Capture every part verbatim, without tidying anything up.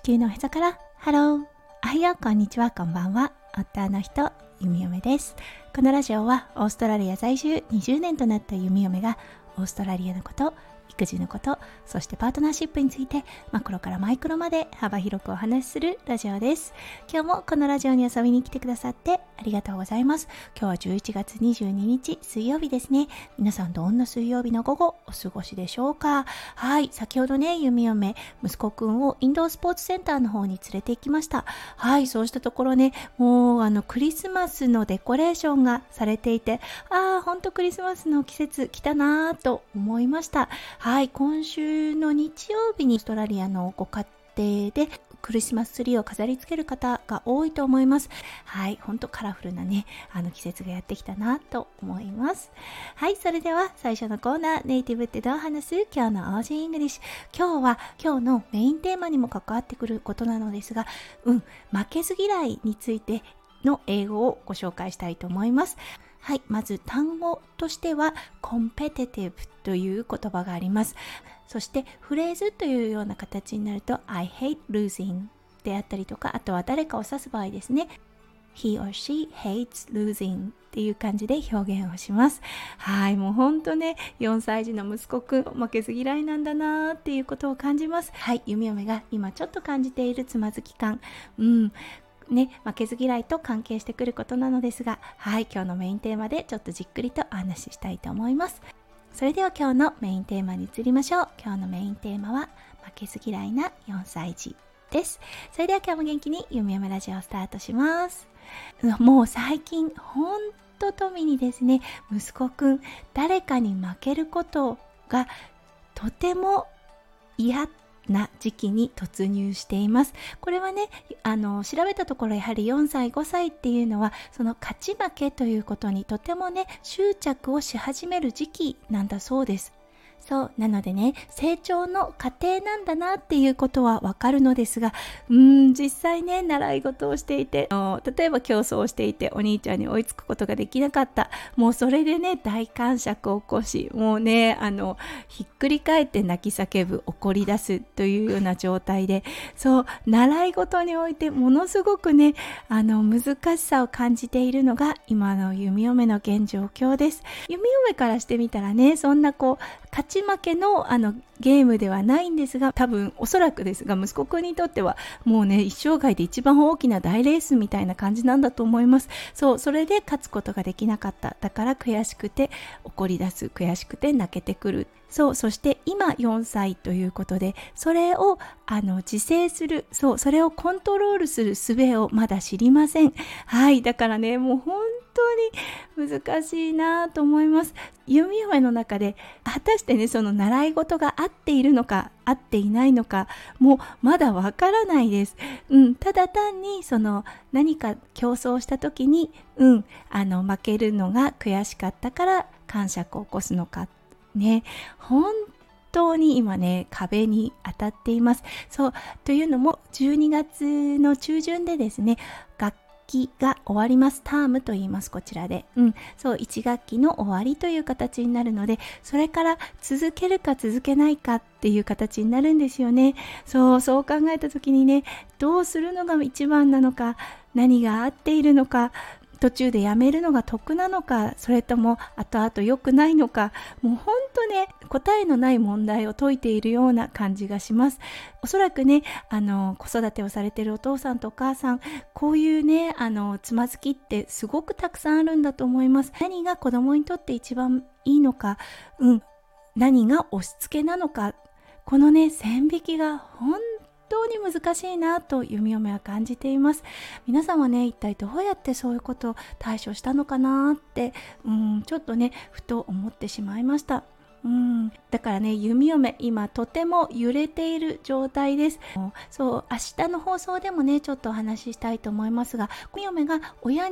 球のへそからハロー、おはよう、こんにちは、こんばんは。夫の人、弓嫁です。このラジオはオーストラリア在住にじゅうねんとなった弓嫁がオーストラリアのこと、育児のこと、そしてパートナーシップについてマクロからマイクロまで幅広くお話しするラジオです。今日もこのラジオに遊びに来てくださってありがとうございます。今日はじゅういちがつにじゅうににち水曜日ですね。皆さんどんな水曜日の午後お過ごしでしょうか。はい、先ほどね、弓嫁息子くんをインドースポーツセンターの方に連れて行きました。はい、そうしたところね、もうあのクリスマスのデコレーションがされていて、ああ本当クリスマスの季節来たなぁと思いました。はい、今週の日曜日にオーストラリアのご家庭でクリスマスツリーを飾り付ける方が多いと思います。はい、本当カラフルなね、あの季節がやってきたなと思います。はい、それでは最初のコーナー、ネイティブってどう話す？今日の オージー イングリッシュ。今日は今日のメインテーマにも関わってくることなのですが、うん、負けず嫌いについての英語をご紹介したいと思います。はい、まず単語としては competitive という言葉があります。そしてフレーズというような形になると I hate losing であったりとか、あとは誰かを指す場合ですね、He or she hates losing っていう感じで表現をします。はい、もうほんとね、よんさい児の息子くん負けず嫌いなんだなーっていうことを感じます。はい、弓嫁が今ちょっと感じているつまずき感、うんね、負けず嫌いと関係してくることなのですが、はい、今日のメインテーマでちょっとじっくりとお話ししたいと思います。それでは今日のメインテーマに移りましょう。今日のメインテーマは負けず嫌いなよんさい児です。それでは今日も元気に弓嫁ラジオをスタートします。もう最近ほんと富にですね、息子くん誰かに負けることがとても嫌な時期に突入しています。これはね、あの調べたところやはりよんさいごさいっていうのはその勝ち負けということにとてもね執着をし始める時期なんだそうです。そうなのでね、成長の過程なんだなっていうことはわかるのですが、うーん実際ね習い事をしていて、例えば競争をしていてお兄ちゃんに追いつくことができなかった、もうそれでね大感触を起こし、もうねあのひっくり返って泣き叫ぶ、怒り出すというような状態で、そう習い事においてものすごくねあの難しさを感じているのが今の弓嫁の現状況です。弓嫁からしてみたらね、そんなこう勝ち負けのあのゲームではないんですが、多分おそらくですが息子くんにとってはもうね一生涯で一番大きな大レースみたいな感じなんだと思います。そうそれで勝つことができなかった、だから悔しくて怒り出す、悔しくて泣けてくる。そうそして今よんさいということで、それをあの自制する、そうそれをコントロールする術をまだ知りません。はい、だからねもう本当に難しいなと思います。弓嫁の中で果たしてねその習い事が合っているのか合っていないのかもうまだわからないです。うん、ただ単にその何か競争した時に、うん、あの負けるのが悔しかったから感触を起こすのかね、本当に今ね壁に当たっています。そうというのもじゅうにがつの中旬でですね、学期が終わります。タームと言います、こちらで。うん、そういちがっきの終わりという形になるので、それから続けるか続けないかっていう形になるんですよね。そうそう考えた時にね、どうするのが一番なのか、何が合っているのか、途中でやめるのが得なのか、それとも後々良くないのか、もう本当ね答えのない問題を解いているような感じがします。おそらくねあの子育てをされているお父さんとお母さん、こういうねあのつまずきってすごくたくさんあるんだと思います。何が子供にとって一番いいのか、うん何が押し付けなのか、このね線引きが本当本当に難しいなと弓嫁は感じています。皆さんはね一体どうやってそういうことを対処したのかなって、うんちょっとねふと思ってしまいました。うんだからね弓嫁今とても揺れている状態です。そう明日の放送でもねちょっとお話ししたいと思いますが、弓嫁が親に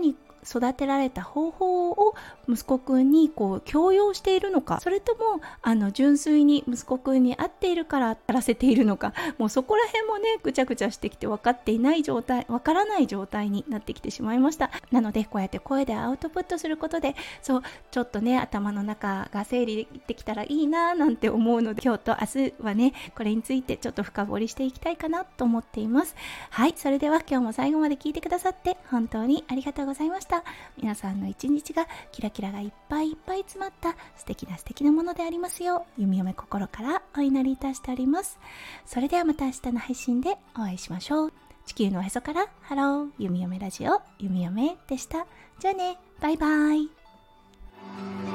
育てられた方法を息子くんにこう強要しているのか、それともあの純粋に息子くんに合っているからやらせているのか、もうそこら辺もねぐちゃぐちゃしてきて分かっていない状態、分からない状態になってきてしまいました。なのでこうやって声でアウトプットすることで、そうちょっとね頭の中が整理できたらいいななんて思うので、今日と明日はねこれについてちょっと深掘りしていきたいかなと思っています。はい、それでは今日も最後まで聞いてくださって本当にありがとうございました。皆さんの一日がキラキラがいっぱいいっぱい詰まった素敵な素敵なものでありますよう、弓嫁心からお祈りいたしております。それではまた明日の配信でお会いしましょう。地球のおへそからハロー、弓嫁ラジオ弓嫁でした。じゃあね、バイバイ。